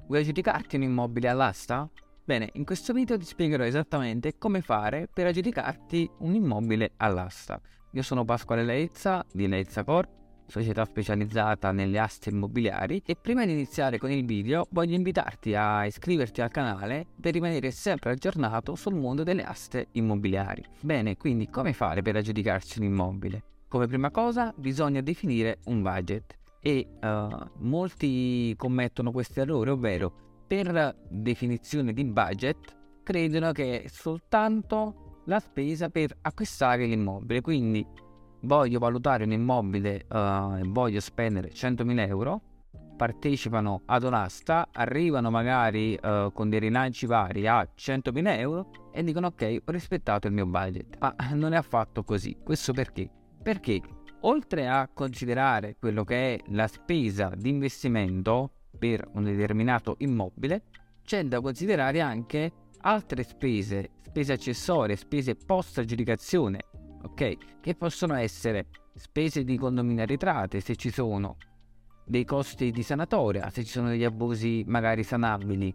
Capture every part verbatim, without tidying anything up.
Vuoi aggiudicarti un immobile all'asta? Bene, in questo video ti spiegherò esattamente come fare per aggiudicarti un immobile all'asta. Io sono Pasquale Leizza di Leizza Corp, società specializzata nelle aste immobiliari, e prima di iniziare con il video voglio invitarti a iscriverti al canale per rimanere sempre aggiornato sul mondo delle aste immobiliari. Bene, quindi come fare per aggiudicarsi un immobile? Come prima cosa bisogna definire un budget. E uh, molti commettono questo errore, ovvero per definizione di budget credono che è soltanto la spesa per acquistare l'immobile. Quindi voglio valutare un immobile uh, e voglio spendere centomila euro, partecipano ad un'asta, arrivano magari uh, con dei rilanci vari a centomila euro e dicono ok, ho rispettato il mio budget. Ma non è affatto così. Questo perché? Perché oltre a considerare quello che è la spesa di investimento per un determinato immobile, c'è da considerare anche altre spese, spese accessorie, spese post aggiudicazione, ok? Che possono essere spese di condominio arretrate, se ci sono dei costi di sanatoria, se ci sono degli abusi magari sanabili,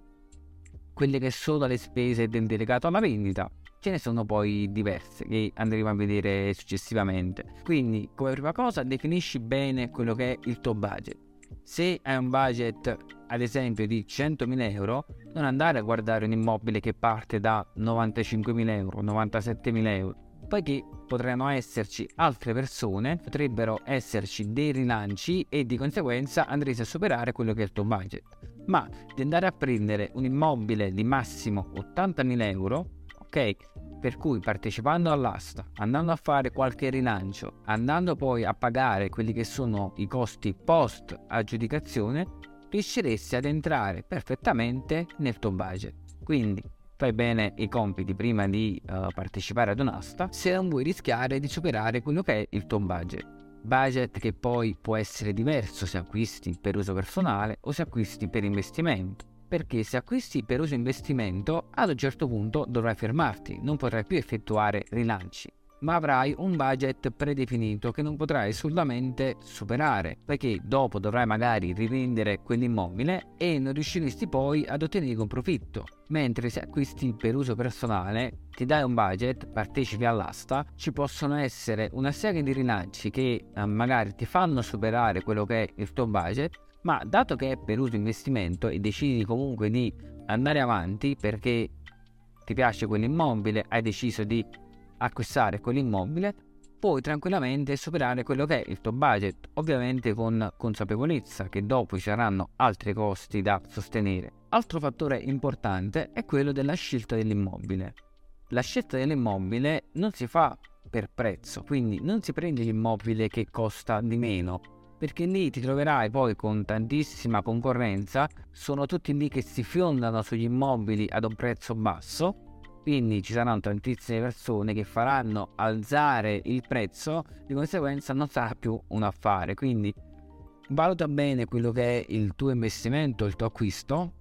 quelle che sono le spese del delegato alla vendita. Ce ne sono poi diverse che andremo a vedere successivamente. Quindi, come prima cosa, definisci bene quello che è il tuo budget. Se hai un budget, ad esempio, di centomila euro, non andare a guardare un immobile che parte da novantacinquemila euro, novantasettemila euro, poiché potranno esserci altre persone, potrebbero esserci dei rilanci e di conseguenza andresti a superare quello che è il tuo budget. Ma di andare a prendere un immobile di massimo ottantamila euro, ok? Per cui partecipando all'asta, andando a fare qualche rilancio, andando poi a pagare quelli che sono i costi post aggiudicazione, riusciresti ad entrare perfettamente nel tuo budget. Quindi fai bene i compiti prima di uh, partecipare ad un'asta, se non vuoi rischiare di superare quello che è il tuo budget. Budget che poi può essere diverso se acquisti per uso personale o se acquisti per investimento. Perché se acquisti per uso investimento, ad un certo punto dovrai fermarti, non potrai più effettuare rilanci, ma avrai un budget predefinito che non potrai assolutamente superare, perché dopo dovrai magari rivendere quell'immobile e non riusciresti poi ad ottenere un profitto. Mentre se acquisti per uso personale, ti dai un budget, partecipi all'asta, ci possono essere una serie di rilanci che eh, magari ti fanno superare quello che è il tuo budget, ma dato che è per uso investimento e decidi comunque di andare avanti perché ti piace quell'immobile, hai deciso di acquistare quell'immobile, puoi tranquillamente superare quello che è il tuo budget, ovviamente con consapevolezza che dopo ci saranno altri costi da sostenere. Altro fattore importante è quello della scelta dell'immobile. La scelta dell'immobile non si fa per prezzo, quindi non si prende l'immobile che costa di meno, perché lì ti troverai poi con tantissima concorrenza, sono tutti lì che si fiondano sugli immobili ad un prezzo basso, quindi ci saranno tantissime persone che faranno alzare il prezzo, di conseguenza non sarà più un affare. Quindi valuta bene quello che è il tuo investimento, il tuo acquisto,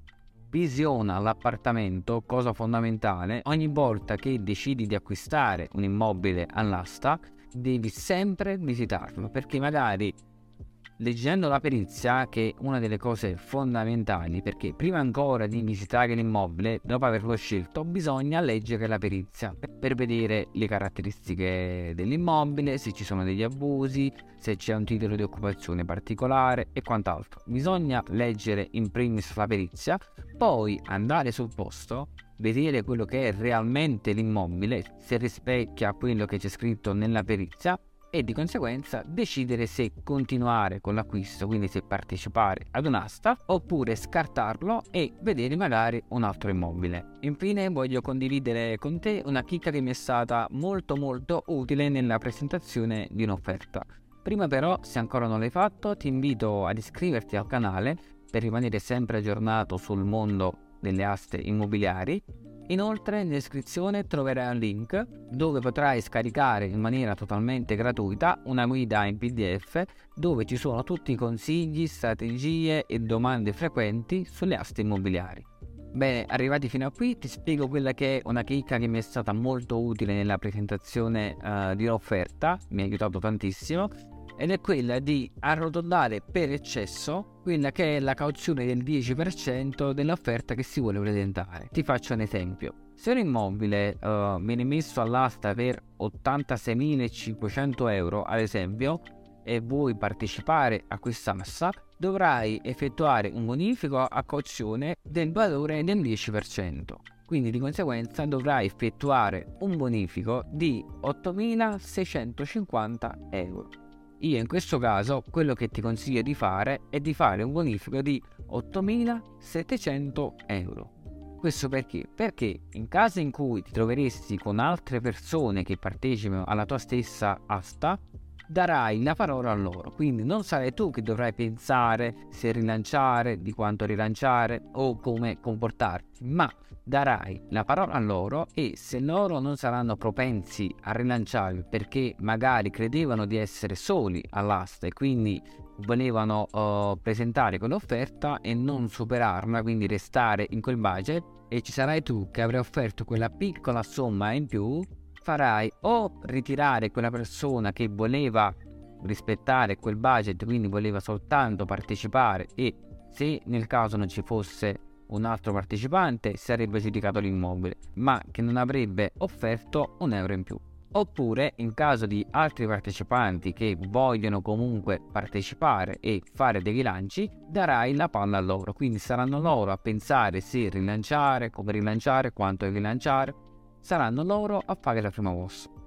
visiona l'appartamento, cosa fondamentale. Ogni volta che decidi di acquistare un immobile all'asta devi sempre visitarlo, perché magari leggendo la perizia, che è una delle cose fondamentali, perché prima ancora di visitare l'immobile, dopo averlo scelto, bisogna leggere la perizia per vedere le caratteristiche dell'immobile, se ci sono degli abusi, se c'è un titolo di occupazione particolare e quant'altro. Bisogna leggere in primis la perizia, poi andare sul posto, vedere quello che è realmente l'immobile, se rispecchia quello che c'è scritto nella perizia, e di conseguenza decidere se continuare con l'acquisto, quindi se partecipare ad un'asta, oppure scartarlo e vedere magari un altro immobile. Infine voglio condividere con te una chicca che mi è stata molto molto utile nella presentazione di un'offerta. Prima però, se ancora non l'hai fatto, ti invito ad iscriverti al canale per rimanere sempre aggiornato sul mondo delle aste immobiliari. Inoltre in descrizione troverai un link dove potrai scaricare in maniera totalmente gratuita una guida in P D F dove ci sono tutti i consigli, strategie e domande frequenti sulle aste immobiliari. Bene, arrivati fino a qui ti spiego quella che è una chicca che mi è stata molto utile nella presentazione uh, di un'offerta, mi ha aiutato tantissimo, ed è quella di arrotondare per eccesso quella che è la cauzione del dieci per cento dell'offerta che si vuole presentare. Ti faccio un esempio. Se un immobile uh, viene messo all'asta per ottantaseimilacinquecento euro, ad esempio, e vuoi partecipare a quest'asta, dovrai effettuare un bonifico a cauzione del valore del dieci per cento. Quindi di conseguenza dovrai effettuare un bonifico di ottomilaseicentocinquanta euro. Io in questo caso quello che ti consiglio di fare è di fare un bonifico di ottomilasettecento euro. Questo perché? Perché in caso in cui ti troveresti con altre persone che partecipano alla tua stessa asta, darai la parola a loro, quindi non sarai tu che dovrai pensare se rilanciare, di quanto rilanciare o come comportarti, ma darai la parola a loro, e se loro non saranno propensi a rilanciare perché magari credevano di essere soli all'asta e quindi volevano uh, presentare quell'offerta e non superarla, quindi restare in quel budget, e ci sarai tu che avrai offerto quella piccola somma in più, farai o ritirare quella persona che voleva rispettare quel budget, quindi voleva soltanto partecipare, e se nel caso non ci fosse un altro partecipante sarebbe giudicato l'immobile, ma che non avrebbe offerto un euro in più. Oppure in caso di altri partecipanti che vogliono comunque partecipare e fare dei rilanci, darai la palla a loro, quindi saranno loro a pensare se rilanciare, come rilanciare, quanto rilanciare, saranno loro a fare la prima mossa.